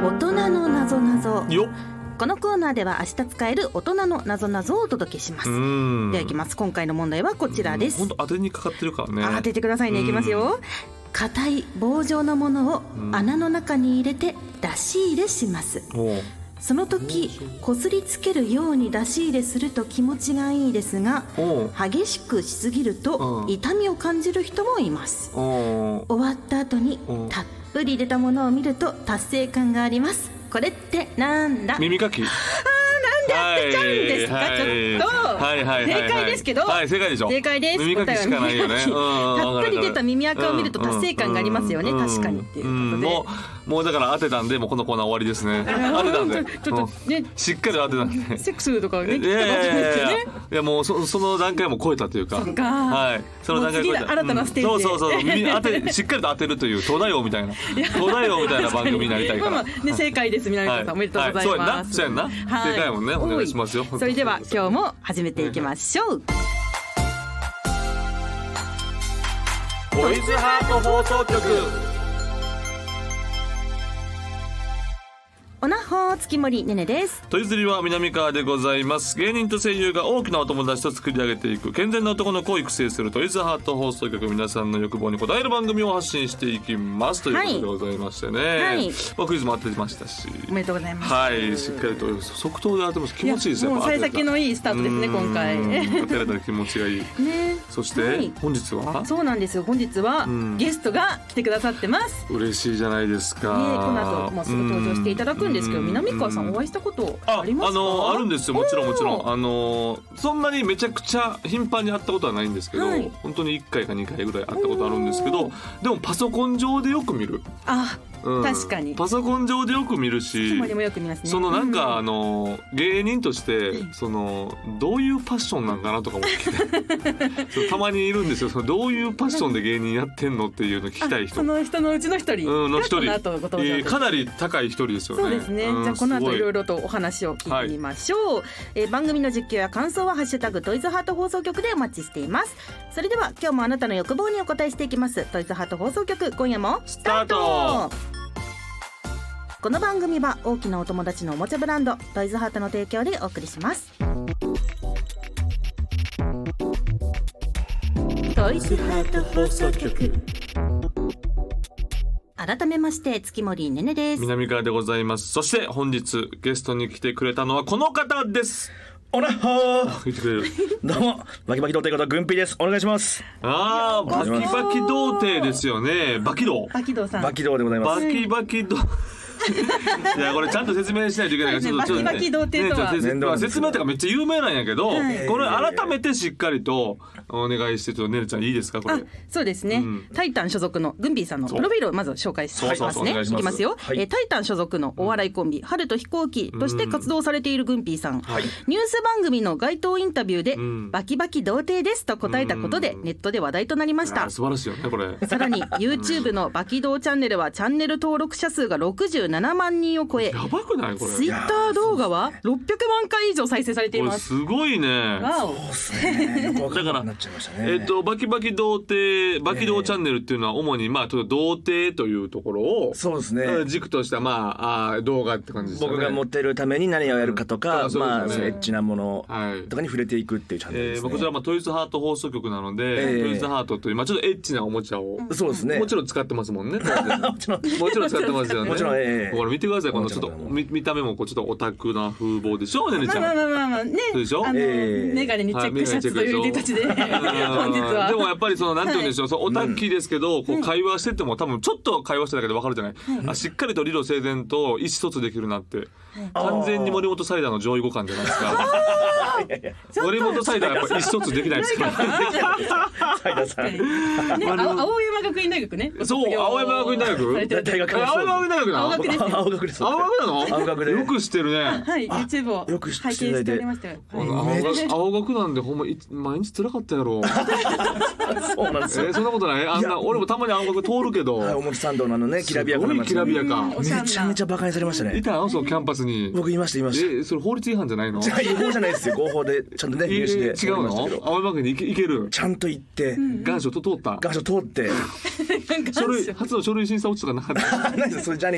大人のなぞなぞ。 よっ。 このコーナーでは明日使える大人のなぞなぞをお届けします。ではいきます。今回の問題はこちらです。 本当当てにかかってるからね。 当ててくださいね。いきますよ。硬い棒状のものを穴の中に入れて出し入れします。その時こすりつけるように出し入れすると気持ちがいいですが、激しくしすぎると痛みを感じる人もいます。終わった後にたっぷり出たものを見ると達成感があります。これってなんだ？ 耳かき。 なんで当てちゃうんですか？ちょっと正解ですけど。 はい、正解でしょ。 正解です。 耳かきしかないよね。 たっぷり出た耳垢を見ると達成感がありますよね。確かにっていうことで。 もうだから当てたんで、もうこのコーナー終わりですね。当てたんでちょっとね、 しっかり当てたんで。 セックスとかね、聞いたわけですよね。 いやもうその段階も超えたというか。はい。その段階超えた。 新たなステージで。 そう耳当てしっかりと当てるという東大王みたいな番組になりたいから。 ね、正解です。南川さんおめでとうございます。 そうやんな。正解もんね。お願いしますよ。 それでは今日も始めていきましょう。 トイズハート放送局。 おなほ月森ねねです。 トイズリは南川でございます。芸人と声優が大きなお友達と作り上げていく健全な男の子を育成するトイズハート放送局。皆さんの欲望に応える番組を発信していきますということでございましてね、クイズも当てましたし、 おめでとうございます。 はい、しっかりと即答で当てます。気持ちいいですよ。 もう幸先のいいスタートですね今回。 当てられたら気持ちがいいね。そして、本日はそうなんですよ。本日はゲストが来てくださってます。 嬉しいじゃないですか。 この後もうすぐ登場していただくんですけど、南川さんお会いしたことありますか？ あるんですよ。もちろんそんなにめちゃくちゃ頻繁に会ったことはないんですけど、本当に1回か2回ぐらい会ったことあるんですけど、でもパソコン上でよく見る。確かにパソコン上でよく見るし、 もよく見ますね。 そのなんか芸人としてどういうパッションなんかなとかも聞きたい。たまにいるんですよ。どういうパッションで芸人やってんのっていうの聞きたい人。 その人のうちの一人かなり高い一人ですよね。 そうですね。じゃあこの後いろいろとお話を聞いてみましょう。番組の実況や感想はハッシュタグトイズハート放送局でお待ちしています。それでは今日もあなたの欲望にお答えしていきます。トイズハート放送局、今夜もスタート。この番組は大きなお友達のおもちゃブランドトイズハートの提供でお送りします。トイズハート放送局。改めまして月森ねねです。 南川でございます。そして本日ゲストに来てくれたのはこの方です。 おなほー。言ってくれる。どうもバキバキ童貞ことグンピーです。お願いします。 バキバキ童貞ですよね。バキ童さん。 バキ童でございます。 バキバキ童いやこれちゃんと説明しないといけないから、 バキバキ童貞とは説明とかめっちゃ有名なんやけど、これ改めてしっかりとお願いして、ちょっとねるちゃんいいですかこれ。 そうですね、タイタン所属のグンビーさんのプロフィールをまず紹介しますね。いきますよ。タイタン所属のお笑いコンビ春と飛行機として活動されているグンピーさん、ニュース番組の街頭インタビューでバキバキ童貞ですと答えたことでネットで話題となりました。 素晴らしいよねこれ。 さらに YouTube のバキ童チャンネルはチャンネル登録者数が67万人を超え、 やばくないこれ。 Twitter 動画は600万回以上再生されています。 すごいね。 そうですね。だからなっちゃいましたね。 バキバキ童貞バキ童チャンネルっていうのは主に童貞というところをそうですね軸とした動画って感じですよね。 僕がモテるために何をやるかとか、エッチなものとかに触れていくっていうチャンネルですね。 こちらトイズハート放送局なので、トイズハートというちょっとエッチなおもちゃをそうですね、 もちろん使ってますもんね。 もちろん使ってますよね。 もちろんこれ見てください。このちょっと見た目もちょっとオタクな風貌でしょねねちゃん。 ね。そうでしょ。メガネにチェックシャツという形で本日は。 でもやっぱりなんて言うんでしょう、オタキですけど会話してても多分ちょっと会話してただけで分かるじゃない。しっかりと理路整然と意思疎通できるなって。完全に森本サイダーの上位互換じゃないですか。森本サイダーやっぱ意思疎通できないですから。 サイダーさん。 青山学院大学ね。 そう、青山学院大学。青山学院大学な。 青学です。 青学です。 青学なの？ 青学で。 よく知ってるね。 はい、YouTube を拝見しておりましたよ。 青学なんでほんま毎日辛かったやろ。 そうなんですよ。 そんなことない。俺もたまに青学通るけど。 表参道のねきらびやかな街。 きらびやか。 めちゃめちゃバカにされましたね。 いたのそのキャンパスに。 僕いました。 それ法律違反じゃないの？ 違法じゃないですよ。合法でちゃんとね入試で。 違うの？青山学院に行ける。 ちゃんと行って願書通った。 願書通って。 初の書類審査落ちとかなかった。 ないです。それジャニーズみたいなない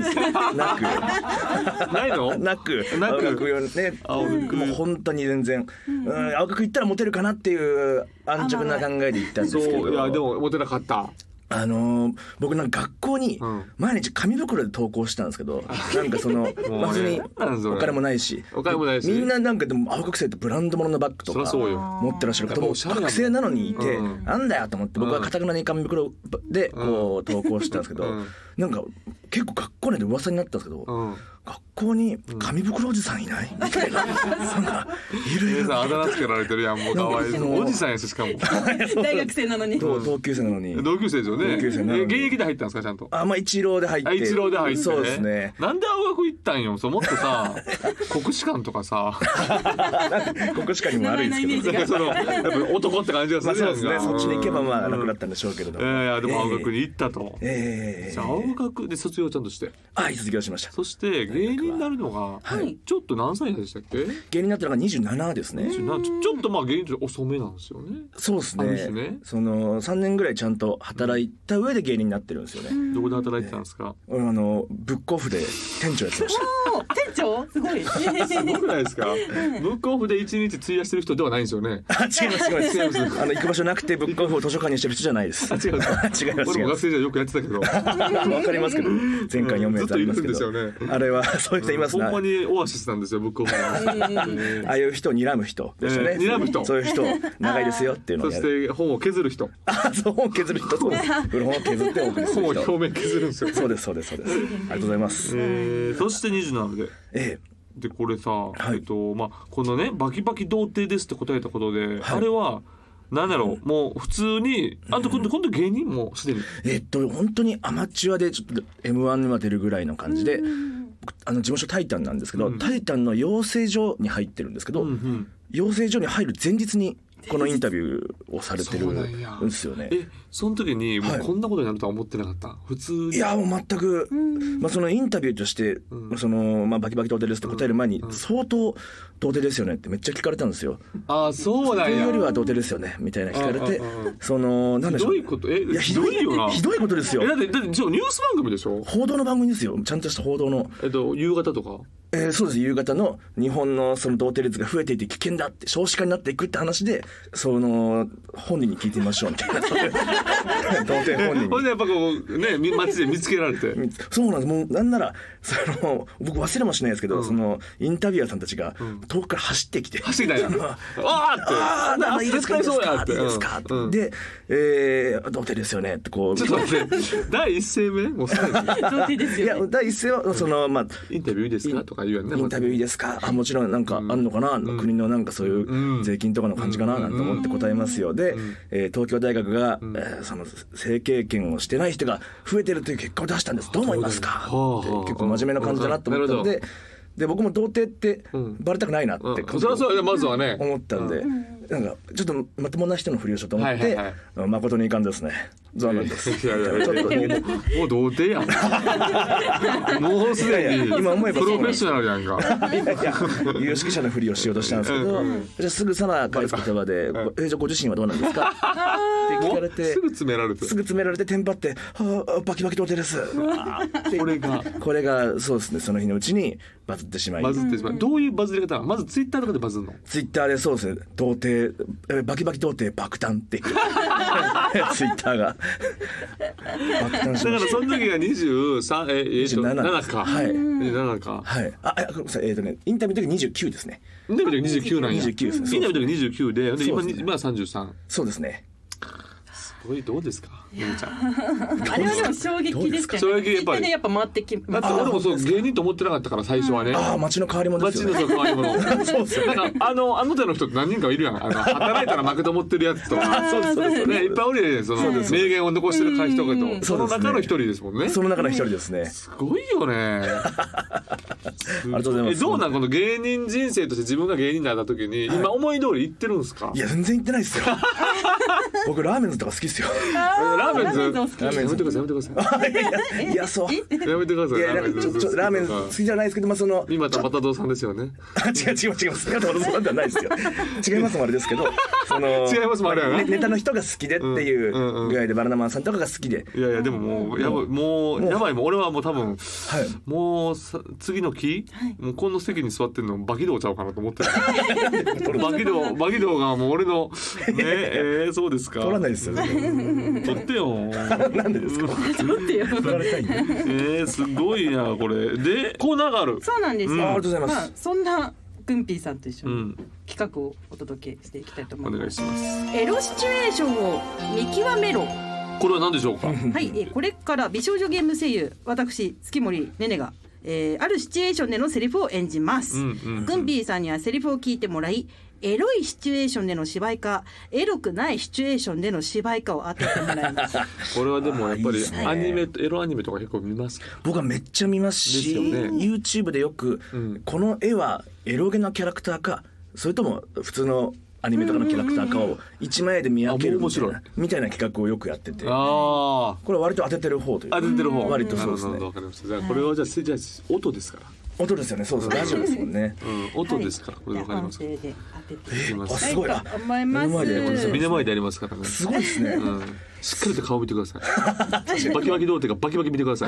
んですよ。なくないの？ なく青学ね、もう本当に全然、青学行ったらモテるかなっていう安直な考えで行ったんですけど、 そういやでもモテなかった。 僕なんか学校に毎日紙袋で登校してたんですけど、なんかそのまずにお金もないし、みんななんかでも青学生ってブランド物のバッグとか持ってらっしゃる方も学生なのにいて、なんだよと思って僕は堅くなに紙袋でこう登校してたんですけど、なんか結構学校内で噂になったんですけど、学校に紙袋おじさんいないみたいな、そんないるあだ名つけられてるやん、もうかわいそう。おじさんやし、しかも大学生なのに。 同級生なのに。 同級生ですよね。現役で入ったんですか、ちゃんと。 まあ一浪で入って。 一浪で入って。 そうですね。 なんで青学行ったんよ。もっとさ国士舘とかさ国士舘にもあるんですけど、 そのやっぱ男って感じがするじゃないですか。 そっちに行けばまあ楽だったんでしょうけれども。 いやでも青学に行ったと。青学で卒業ちゃんとして。 卒業しました。 そして芸人になるのがちょっと何歳でしたっけ？ 芸人になったのが27ですね。 ちょっとまあ芸人と遅めなんですよね。 そうですね。その3年ぐらいちゃんと働いた上で芸人になってるんですよね。 どこで働いてたんですか？ ブックオフで店長やってました。 店長すごい。 すごくないですか？ブックオフで1日費やしてる人ではないんですよね。 違います。行く場所なくてブックオフを図書館にしてる人じゃないです。 違います。俺も学生時代よくやってたけど。わかりますけど、前回読むやつありますけど。あれはそういう人いますね。 ほんまにオアシスなんですよ、ブックオフは。 ああいう人を睨む人でしたね。 睨む人。 そういう人長いですよっていうのをそして本を削る人。 そう、本を削る人。そうです。古本を削って送る人。 本を表面削るんですよ。 そうです。ありがとうございます。 そして27で。でこれさ、まあこのねバキバキ童貞ですって答えたことで、あれはなんだろう、もう普通に今度芸人もすでに本当にアマチュアでちょっと M1 には出るぐらいの感じで、事務所タイタンなんですけど、タイタンの養成所に入ってるんですけど、養成所に入る前日にこのインタビューをされてるんですよね。 その時にもうこんなことになるとは思ってなかった？普通に。 いやもう全く、そのインタビューとして、バキバキ童貞ですって答える前に、相当童貞ですよねってめっちゃ聞かれたんですよ。 そうなんや。 というよりは童貞ですよねみたいな聞かれて、なんでしょう。 ひどいこと？ひどいよな。 ひどいことですよ。 だってニュース番組でしょ？ 報道の番組ですよ。ちゃんとした報道の。 夕方とか？ そうです。夕方の日本のその童貞率が増えていて危険だって少子化になっていくって話で、本人に聞いてみましょうみたいな。童貞本人に。 ほんでやっぱこうね街で見つけられて。 そうなんです。もうなんなら僕忘れもしないですけど、そのインタビュアーさんたちが遠くから走ってきて、 走ってきたよ。 いいですかいいですかで、童貞ですよねってこう。 ちょっと待って。第一声目もう童貞ですよね。 いや第一声はインタビューいいですかとか言うよね。 インタビューいいですか。もちろんなんかあんのかな、国のなんかそういう税金とかの感じかななんて思って答えますよ。で、東京大学がその性経験をしてない人が増えてるという結果を出したんです。どう思いますかって結構真面目な感じだなと思ったので、僕も童貞ってバレたくないなってそりゃそうまずはね思ったんで、なんかちょっとまともな人のふりをしようと思って誠に遺憾ですね。残念です。 いやもう童貞やん。もうすでに今思えばプロフェッショナルやんか。 有識者のふりをしようとしたんですけど、じゃあすぐさま返す言葉でじゃあご自身はどうなんですかって聞かれて、 すぐ詰められてテンパってバキバキ童貞です。これがそうですね、その日のうちにバズってしまい。 どういうバズり方なの？まずツイッターとかでバズるの？ ツイッターでそうですね、童貞バキバキ童貞爆誕っていうツイッターが爆誕しました。 だからその時が27か。 はい。 27か。 はい。インタビューの時29ですね。 インタビューの時29なんや。 29ですね。 インタビューの時29で、今33。 そうですね。 これどうですか、ゆみちゃん。 あれはでも衝撃ですかね。 衝撃やっぱ回ってきます。 だって俺もそう芸人と思ってなかったから最初はね。 街の変わり者ですよね。 街の変わり者。そうですよね。なんかあの手の人って何人かいるやん。働いたら負けと思ってるやつとか。そうね、いっぱいおるやん。その名言を残してる人とその中の一人ですもんね。 その中の一人ですね。 すごいよね。 ありがとうございます。 どうなんこの芸人人生として自分が芸人になった時に今思い通り言ってるんですか？ いや全然言ってないですよ。 僕ラーメンズとか好きっすよ。 ラーメンズラーメンズお好き。 やめてくださいやめてください。 いやそう。 やめてください。 いやなんかちょっとラーメン好きじゃないですけど、まあその今田又堂さんですよね。 違います。今田又堂さんではないですよ。違いますもあれですけど、その違いますもあれやな。 ネタの人が好きでっていうぐらいで、バナナマンさんとかが好きで。 いやいやでももうやばいもうやばいもう俺はもう多分もう次の期もうこの席に座ってるのバキドウちゃうかなと思ってる。バキドウがもう俺のねそうですか。 取らないですよ。 取ってよ。 なんでですか。 取ってよ。 取られたいんで。 すごいなこれでコーナーがある。 そうなんですよ。 ありがとうございます。 まあそんなグンピーさんと一緒に企画をお届けしていきたいと思います。 お願いします。 エロシチュエーションを見極めろ。 これは何でしょうか。 はい、これから美少女ゲーム声優私月森ねねが、あるシチュエーションでのセリフを演じます。グンピーさんにはセリフを聞いてもらい、エロいシチュエーションでの芝居かエロくないシチュエーションでの芝居かを当ててもらいます。 これはでもやっぱりいいですねアニメエロアニメとか結構見ますか。 僕はめっちゃ見ますし、 ですよね YouTube でよく、この絵はエロゲのキャラクターかそれとも普通のアニメとかのキャラクターかを一枚絵で見分けるみたいな企画をよくやってて、これ割と当ててる方というか、 当ててる方割とそうですね。 わかりました。じゃあこれはじゃあ音ですから。 音ですよね。そうラジオですもんね。 音ですからこれわかりますか。 音声で当てていきます。 すごい。 思います。 目の前でやりますからね。 すごいですね。 しっかりと顔見てください。バキバキ童貞がバキバキ見てください。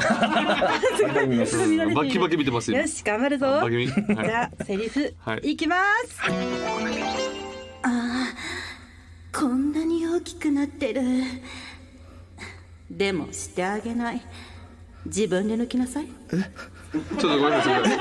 バキバキ見てますよ。 よし頑張るぞ。じゃあセリフいきます。こんなに大きくなってる。でもしてあげない。自分で抜きなさい。 ちょっとごめんなさい。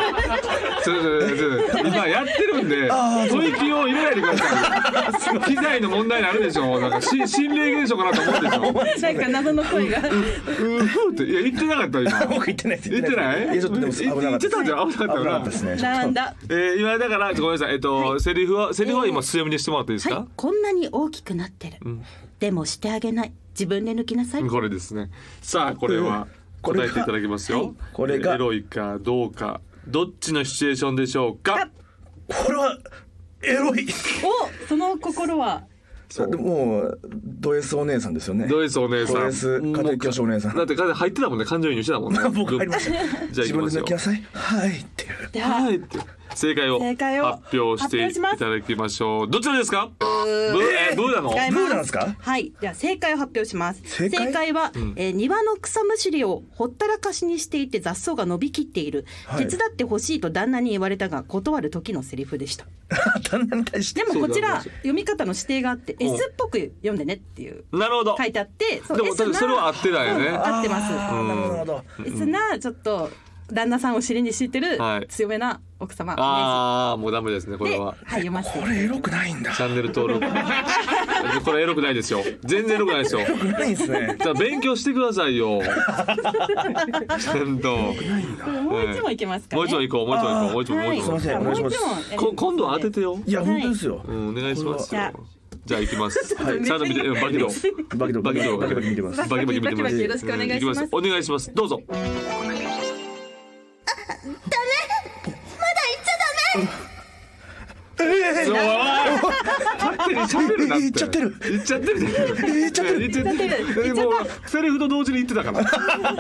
今やってるんで吐息を入れないでください。機材の問題になるでしょ。なんか心霊現象かなと思うでしょ。 なんか謎の声が。 っていや言ってなかった今。 僕言ってないです。 言ってない？ いやちょっとでも危なかった。 言ってたんじゃ危なかったですね。 なんだ。 今だからごめんなさい。セリフは今強めにしてもらっていいですか？ こんなに大きくなってる。でもしてあげない。自分で抜きなさい。 これですね。さあこれは答えていただきますよ。これがエロいかどうかどっちのシチュエーションでしょうか。 これはエロい。 お、その心は。 もうド S お姉さんですよね。 ド S お姉さん。 ド S 家庭教師お姉さん。 だって入ってたもんね。感情移入してたもんね。 僕入りました。じゃあ自分で抜きなさい。はいっていう。 はいって。正解を発表していただきましょう。どちらですか？ブーなの？ ブーなんですか？ はい。では正解を発表します。正解は、庭の草むしりをほったらかしにしていて雑草が伸びきっている。手伝ってほしいと旦那に言われたが断る時のセリフでした。 旦那に対して。 でもこちら読み方の指定があって S っぽく読んでねっていう書いてあって、 でもそれは合ってないよね。 合ってます。 なるほど。 S なちょっと旦那さんを尻に敷いてる強めな奥様。 ああもうダメですねこれは。 はい読ませて。 これエロくないんだ。 チャンネル登録。これエロくないですよ。全然エロくないですよ。エロくないですね。 じゃあ勉強してくださいよ。ちゃんと。 もう一問いけますかね。 もう一問いこう。もう一問。 すみませんお願いします。 今度は当ててよ。 いや本当ですよ。 お願いします。じゃあ行きます。 はい。 ちゃんと見てバキドバキ見てます。 バキバキ見てます。 よろしくお願いします。 お願いします。どうぞ。勝手に喋るなって。言っちゃってる。もうセリフと同時に言ってたから。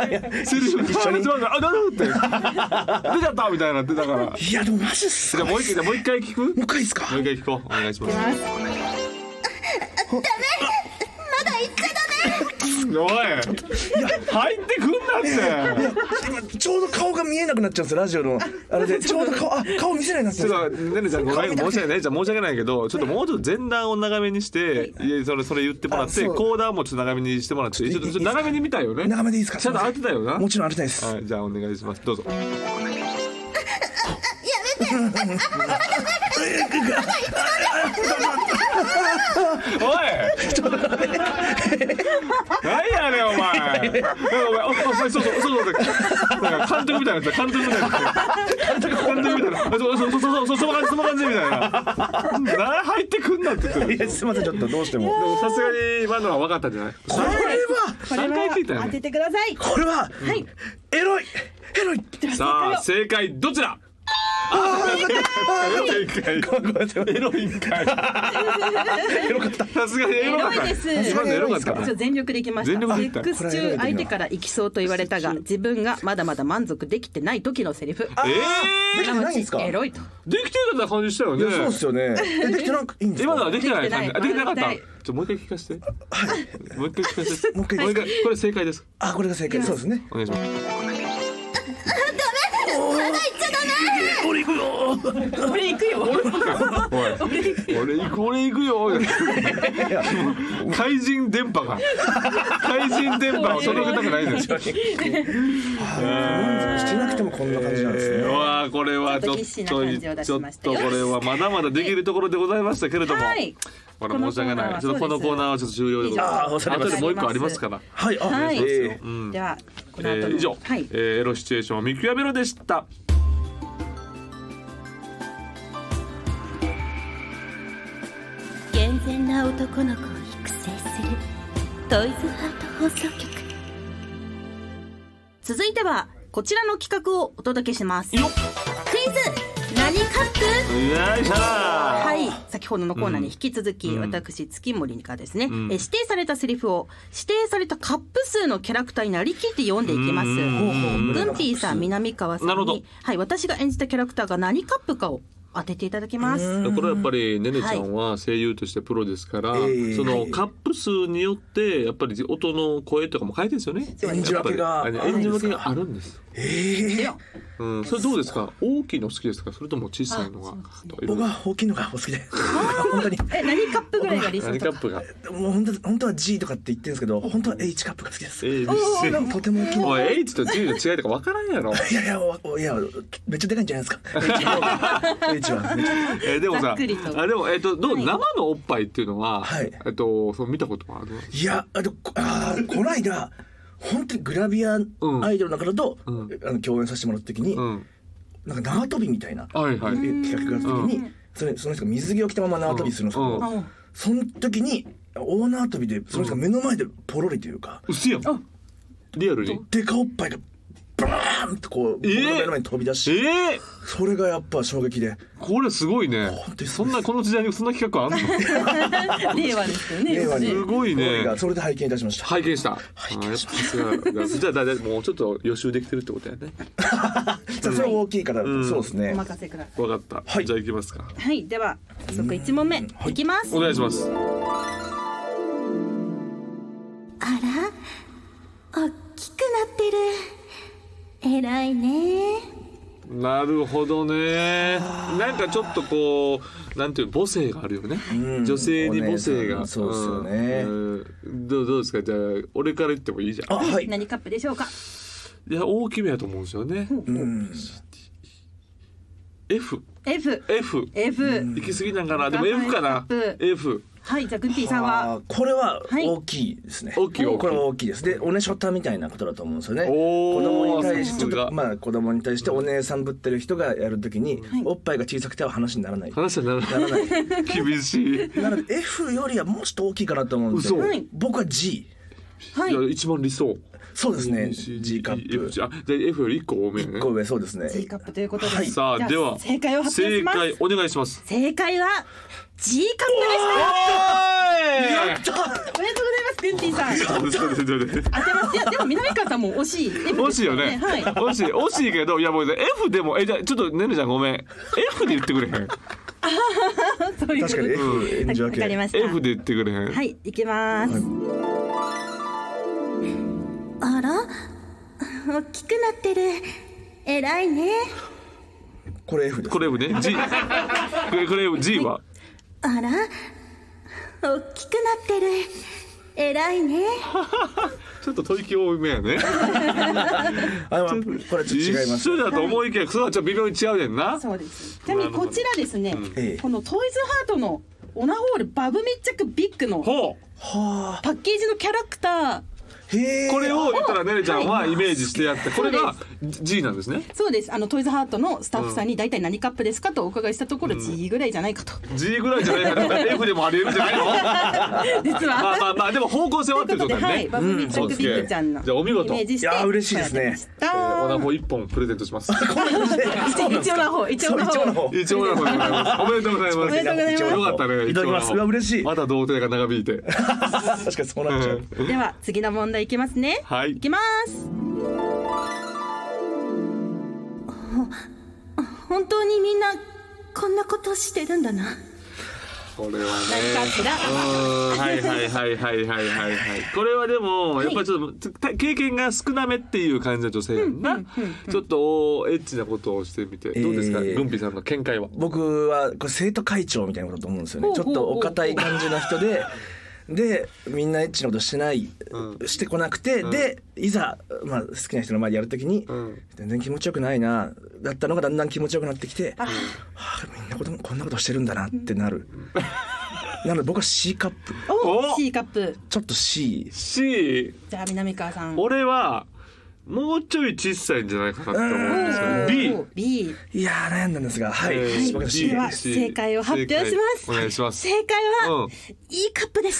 セリフ一緒に。あ、なんって。出ちゃったみたいになってたから。 いやでもマジっす。 じゃあもう一回聞く？ もう一回ですか？ もう一回聞こう。お願いします。ダメ。まだ言っちゃダメ。 おい。入ってくんなって。 ちょうど顔が見えなくなっちゃうんですよラジオのあれでちょうど顔見せないなって。 ちょっとねねちゃんごめん申し訳ないけどちょっともうちょっと前段を長めにしてそれ言ってもらって後段もちょっと長めにしてもらってちょっと長めに見たいよね。 長めでいいですか？ ちゃんと当てたよな。 もちろん当てたいです。 はいじゃあお願いします。どうぞ。やめて。おい何やねんお前。そう監督みたいなその感じみたいな。入ってくんなって言ってる。 すみませんちょっとどうしても。 でもさすがに今のは分かったんじゃない？これは3回聞いたよね。 当ててください。 これはエロい。 さあ正解どちら？ エロいんかい。さすがにエロかった。 エロいです。全力でいきました。セックス中相手から行きそうと言われたが、自分がまだまだ満足できてない時のセリフ。 できてないんですか？ エロいと。 できてるような感じしたよね。 そうですよね。できてなくいいんですか？ 今のはできてない感じ。できてなかった。もう一回聞かせて。もう一回聞かせて。もう一回。これ正解です。 あ、これが正解。そうですね。 お願いします。 俺行くよ。 俺行くよ。 俺行くよ。怪人電波を届けたくないです。 満足してなくてもこんな感じなんですね。 わあ、これはちょっとこれはまだまだできるところでございましたけれども。これ申し訳ない。ちょっとこのコーナーはちょっと終了でございます。後でもう一個ありますから。 はい。 ではこの後以上エロシチュエーションを見極めろでした。 健全な男の子を育成するトイズハート放送局。続いてはこちらの企画をお届けします。クイズ何カップ。はい、先ほどのコーナーに引き続き、私月森がですね、指定されたセリフを指定されたカップ数のキャラクターになりきって読んでいきます。グンピーさん、南川さんに、はい、私が演じたキャラクターが何カップかを当てていただきます。 これはやっぱりねねちゃんは声優としてプロですから、そのカップ数によってやっぱり音の声とかも変えてるんですよね。 演じ分けがあるんです。それどうですか？大きいの好きですか？それとも小さいのが？ 僕は大きいのがお好きで。本当に。 何カップぐらいが理想？ 何カップが？ もう本当は G とかって言ってるんですけど、本当は H カップが好きです。とても大きい。 おい H と G の違いとか分からんやろ。 いやめっちゃでかいんじゃないですか。H は。 でもさ、でもどう生のおっぱいっていうのはそう見たことはある？ いやこの間。本当にグラビアアイドルの方と共演させてもらった時になんか縄跳びみたいな企画があった時にその人が水着を着たまま縄跳びするんですけど、その時に大縄跳びでその人が目の前でポロリというか、 うっせやん、リアルにでかおっぱいがバーンとこう僕の目の前に飛び出して、それがやっぱ衝撃で。 これすごいね。そんなこの時代にそんな企画あんの？ 令和ですよね。 令和にすごいね。 それで拝見いたしました。 拝見した。じゃあもうちょっと予習できてるってことやね。 それは大きいからそうですね。 お任せください。 分かった。じゃあ行きますか。 はい、では早速1問目いきます。 お願いします。 あら、大きくなってる。偉いね。 なるほどね。なんかちょっとこうなんていう母性があるよね。女性に母性が。 そうですよね。 どうですか？じゃあ俺から言ってもいいじゃん。 何カップでしょうか？ いや大きめやと思うんですよね。F 行き過ぎなんかな。でも F かな。F。 はい、じゃあグンピーさんはこれは大きいですね。 これは大きいです。でおねしょたみたいなことだと思うんですよね。子供に対して子供に対してお姉さんぶってる人がやるときにおっぱいが小さくては話にならない。 厳しい。 なので F よりはもうちょっと大きいかなと思うんですよ。僕は G。 一番理想。 そうですね。G カップ。 じゃあ F より1個多めね。 1個上、そうですね。 G カップということで。 さあでは正解を発表します。 正解お願いします。 正解は G カップでした。やった。おめでとうございます、グンティさん。当てます。いやでも南川さんも惜しい。 惜しいよね。惜しいけど、いやもう F でもじゃあちょっとねるちゃんごめん。F で言ってくれへん。 確かに F 演じ分け。 わかりました。 F で言ってくれへん。 はい、いきます。あら、大きくなってる。偉いね。 これ F です。 これ F ね。G。これ G は。 あら、大きくなってる。偉いね。 ちょっと吐息多めやね。 これちょっと違います。 一緒だと思いきや、それはちょっと微妙に違うねんな。 そうです。ちなみにこちらですね、このトイズハートのオナホールバブ密着ビッグのパッケージのキャラクターこれを言ったらねねちゃんはイメージしてやってこれが G なんですね。 そうです。トイズハートのスタッフさんに大体何カップですかとお伺いしたところ G ぐらいじゃないかと。 G ぐらいじゃないかな。F でもありえるんじゃないの。 実はまあでも方向性は合ってるってことだよね。 はい、バブリックビッグちゃんのじゃあお見事。 イメージしていや嬉しいですね。 オナホ1本プレゼントします。 一応の方一応の方おめでとうございます。 おめでとうございます。 よかったね。 いただきます。嬉しい。 まだ童貞が長引いて。 確かにそうなっちゃう。 では次の問題いきますね。 はい。 いきます。本当にみんなこんなことしてるんだな。 これはね。 何かしら。 はい。これはでもやっぱりちょっと経験が少なめっていう感じの女性やんな。ちょっとエッチなことをしてみてどうですか、グンピーさんの見解は。 僕はこれ生徒会長みたいなことだと思うんですよね。ちょっとお堅い感じの人で。でみんなエッチなことしてない、してこなくて、でいざ、まあ、好きな人の前でやるときに、全然気持ちよくないなだったのがだんだん気持ちよくなってきて、みんなこんなことしてるんだなってなる。なので僕は C カップ。 C カップ。 ちょっと C。 じゃあ南川さん。 俺はもうちょい小さいんじゃないかなと思うんですよね。B。 いや悩んだんですが、はい。 では正解を発表します。 お願いします。 正解は E カップでした。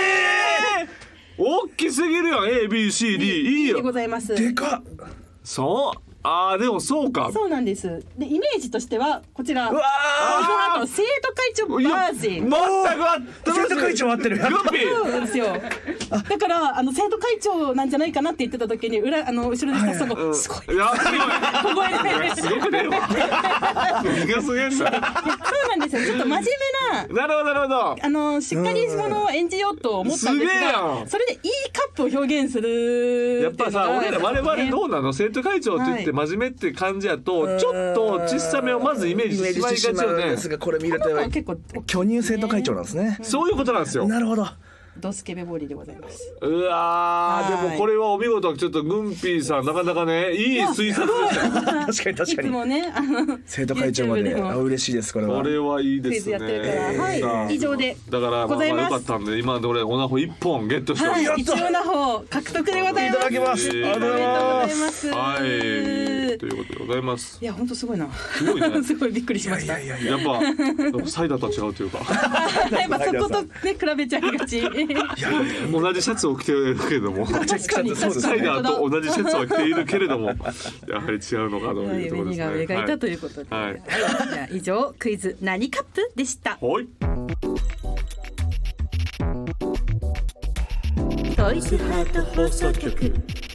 大きすぎるよ。A B C D いいよ。 でございます。 でかっ。 そう。でもそうか。 そうなんです。でイメージとしてはこちら。生徒会長バージン。 全く生徒会長合ってる。 そうなんですよ。だから生徒会長なんじゃないかなって言ってた時に後ろでスタッフさんがすごい。いやすごくね。気がすげえんだ。 そうなんですよ。ちょっと真面目な。なるほど。 しっかり者を演じようと思ったんですが、それでいいカップを表現する。 やっぱさ、我々どうなの？生徒会長って言って真面目って感じやとちょっと小さめをままずイメージしてしまいがちよね。 ですがこれ見ると結構巨乳生徒会長なんですね。 そういうことなんですよ。 なるほど。 ドスケベボディでございます。 うわでもこれはお見事。ちょっとグンピーさんなかなかねいい推察でした。 確かにいつもね生徒会長まで嬉しいです。これはいいですね。 クイズやってるから、以上でだからまあ良かったんで今のところオナホ1本ゲットしております。 一応オナホ獲得でございます。 いただきます。ありがとうございます。 はいということでございます。 いや本当すごいな。 すごいね。 すごいびっくりしました。 やっぱサイダーとは違うというか。 やっぱそことね比べちゃいがち。 同じシャツを着ているけれどもサイダーと同じシャツを着ているけれどもやはり違うのかというところですね。 が上がいたということで、じゃあ以上クイズ何カップでした。 はい。 トイズハート放送局。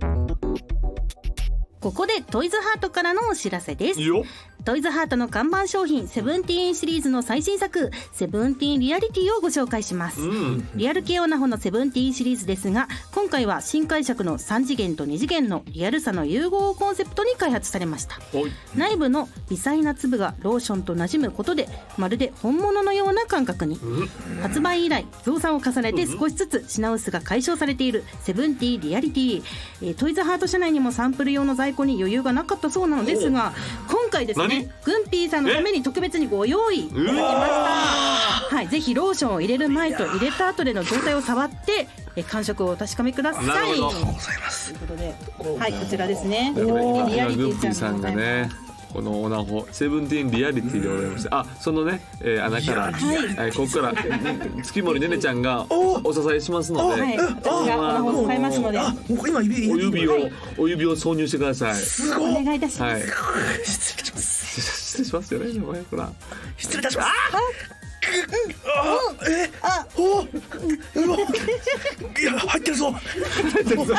ここでトイズハートからのお知らせです。トイズハートの看板商品セブンティーンシリーズの最新作セブンティーンリアリティをご紹介します、リアル系オナホのセブンティーンシリーズですが今回は新解釈の3次元と2次元のリアルさの融合をコンセプトに開発されました。内部の微細な粒がローションと馴染むことでまるで本物のような感覚に、発売以来増産を重ねて少しずつ品薄が解消されているセブンティーンリアリティ、トイズハート社内にもサンプル用の在庫に余裕がなかったそうなのですが今回ですねグンピーさんのために特別にご用意いただきました。はい、ぜひローションを入れる前と入れた後での状態を触って感触をお確かめください。 なるほど。 ありがとうございます。 ということで、はい、こちらですね。 リアリティさんがねこのオナホセブンティーンリアリティでございまして、そのね、穴から、ここから月森ねねちゃんがお支えしますので、 私がオナホを使いますので、 お指を挿入してください。 すごい。 お願いいたします。 失礼しますよね。ほら。 失礼いたします。いや入ってるぞ。 すごい。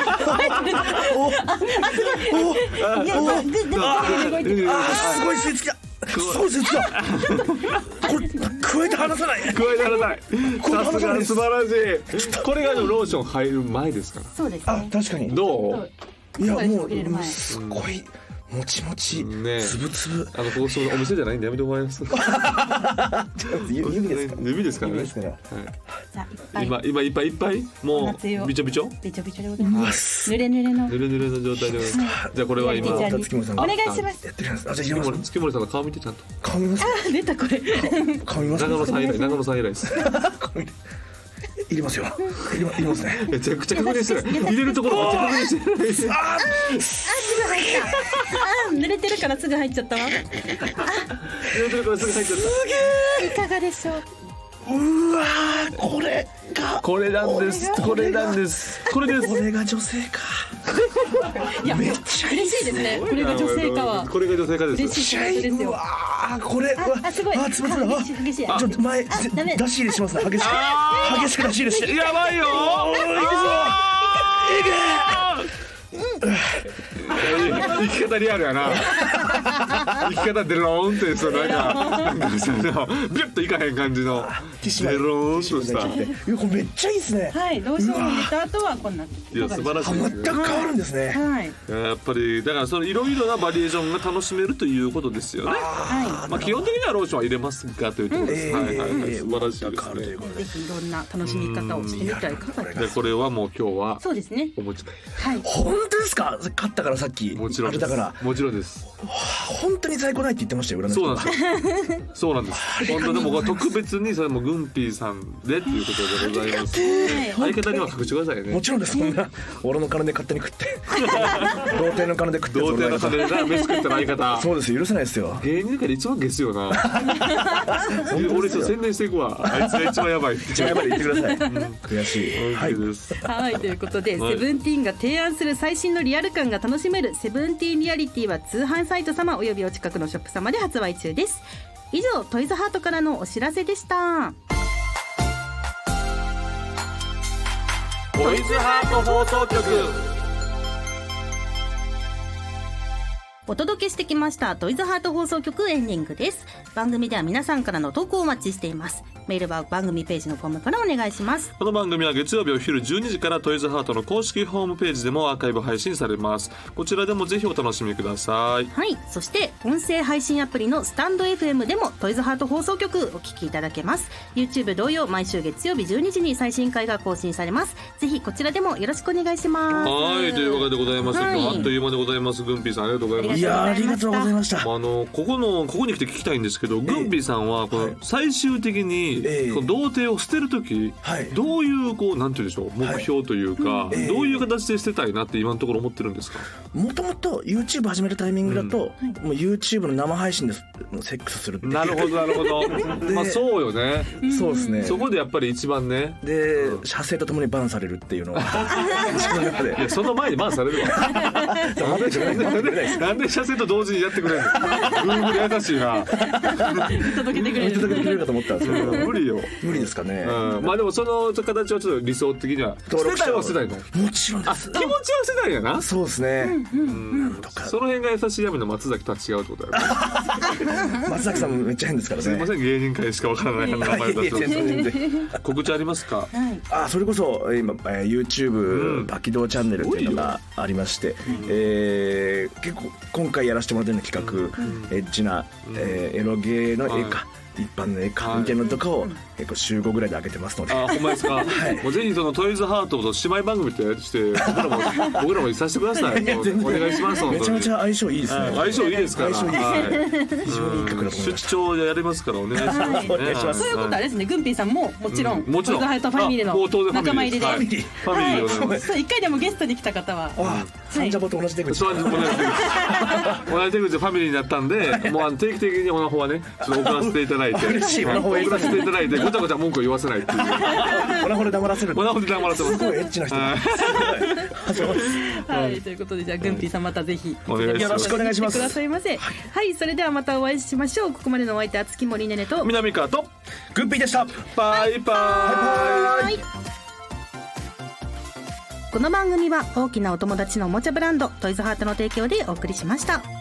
すごい吸い付きだ。すごい吸い付きだ。これ加えて離さない。 さすが素晴らしい。これがローション入る前ですから。 そうですね。 確かに。 どう？ いやもうすごい。もちもち、つぶつぶ。 ここお店じゃないんでやめてもらいます。 指ですか。 指ですからね。今いっぱいもうびちょびちょ。 びちょびちょでございます。濡れの状態で。じゃあこれは今お願いします。 やってるんです。じゃあ月森さんの顔見てちゃんと。 顔見ます。 出たこれ。 顔見ます。 長野さん以来です。 入れますよ。入れますね。 めちゃくちゃ確認してる。入れるところめっちゃ確認してる。 すぐ入った。濡れてるからすぐ入っちゃったわ。 濡れてるからすぐ入っちゃった。 すげえ。いかがでしょう。 うわー、これなんです。これが女性か。 いや、めっちゃ嬉しいですね。これが女性かは。 これが女性かです。 嬉しいですよ。 うわー、これすごい。 つぶつぶ。 激しい。 ちょっと前出し入れしますね。激しく出し入れして。 やばいよ。生き方リアルやな。生き方デローンってそうなんかそのビュッといかへん感じのデローンとした。 これめっちゃいいですね。 はい、ローションを入れた後はこんな。 いや素晴らしいですね。 全く変わるんですね。 はい。 やっぱりだからそのいろいろなバリエーションが楽しめるということですよね。まあ基本的にはローションは入れますがというところです。はいはい素晴らしいですね。 ぜひいろんな楽しみ方をしてみてはいかがですか。 でこれはもう今日はそうですね。 お持ち帰り。 はい。 本当ですか。勝ったからさっき。 もちろんです。もちろんです。 本当に在庫ないって言ってましたよ。 そうなんですよ。そうなんです。本当でも特別にそれもグンピーさんでっていうことでございます。相方には隠してくださいね。 もちろんです。そんな俺の金で勝手に食って童貞の金で食って童貞の金で飯食ったら相方。 そうです許せないですよ。 芸人界で一番ゲスよな。俺ちょっと宣伝していくわ。あいつが一番やばい。 一番やばい言ってください。悔しい。 はいです。 はいということでセブンティーンが提案する最新のリアル感が楽しめるセブンティーンリアリティは通販サイト様およびお近くのショップ様で発売中です。以上トイズハートからのお知らせでした。 トイズハート放送局お届けしてきましたトイズハート放送局エンディングです。番組では皆さんからの投稿をお待ちしています。メールは番組ページのフォームからお願いします。 この番組は月曜日お昼12時からトイズハートの公式ホームページでもアーカイブ配信されます。こちらでもぜひお楽しみください。 はい、そして音声配信アプリのスタンド FM でもトイズハート放送局お聞きいただけます。 YouTube 同様毎週月曜日12時に最新回が更新されます。ぜひこちらでもよろしくお願いします。 はいというわけでございます、はい、あっという間でございます。グンピーさんありがとうございました。 いやありがとうございました。 ここに来て聞きたいんですけど、グンピーさんはこの最終的にこの童貞を捨てるとき、どういうこうなんていうんでしょう目標というか、どういう形で捨てたいなって今のところ思ってるんですか。 もともと YouTube 始めるタイミングだと、もう YouTube の生配信でセックスするっていう。 なるほどなるほど。まあそうよね。 そうですね。 そこでやっぱり一番ね。 で、射精とともにバンされるっていうのは自分の中で。 いやその前にバンされるわ。なんで射精と同時にやってくれるの。Google 優しいな。 届けてくれるかと思ったんですけど無理よ。 無理ですかね。 まあでもその形はちょっと理想的には捨てたいは捨てたいの。 もちろんです。 気持ちは捨てたいやな。 そうですね。 その辺が優しい闇の松崎とは違うってことだよ。 松崎さんもめっちゃ変ですからね。 すいません芸人界しかわからない名前だと。告知ありますか。 あ、それこそ今 YouTube バキドーチャンネルっていうのがありまして、結構今回やらせてもらってる企画、エッチなエロゲーの絵か一般の絵かみたいなのとかを週5ぐらいで上げてますので。 あ、ほんまですか。もうぜひそのトイズハートと姉妹番組ってして僕らもさせてください。お願いします。 めちゃめちゃ相性いいですね。 相性いいですから。 非常にいい企画だと思いま出張でやりますからお願いします。 お願いします。 そういうことはですね、グンピーさんももちろんトイズハートファミリーの仲間入りで、 ファミリーでございます。 一回でもゲストに来た方はサンジャポと同じ手口。 同じ手口でファミリーになったんで、もう定期的にオナホはねちょっと送らせていただいて、送らせていただいてごちゃごちゃ文句を言わせないっていう。 オナホで黙らせる。 オナホで黙らせます。 すごいエッチな人。 はい、ということでじゃあグンピーさんまたぜひよろしくお願いします。 くださいませ。はい、それではまたお会いしましょう。ここまでのお相手は月森ねねと南川とグンピーでした。 バイバイ。 この番組は大きなお友達のおもちゃブランドトイズハートの提供でお送りしました。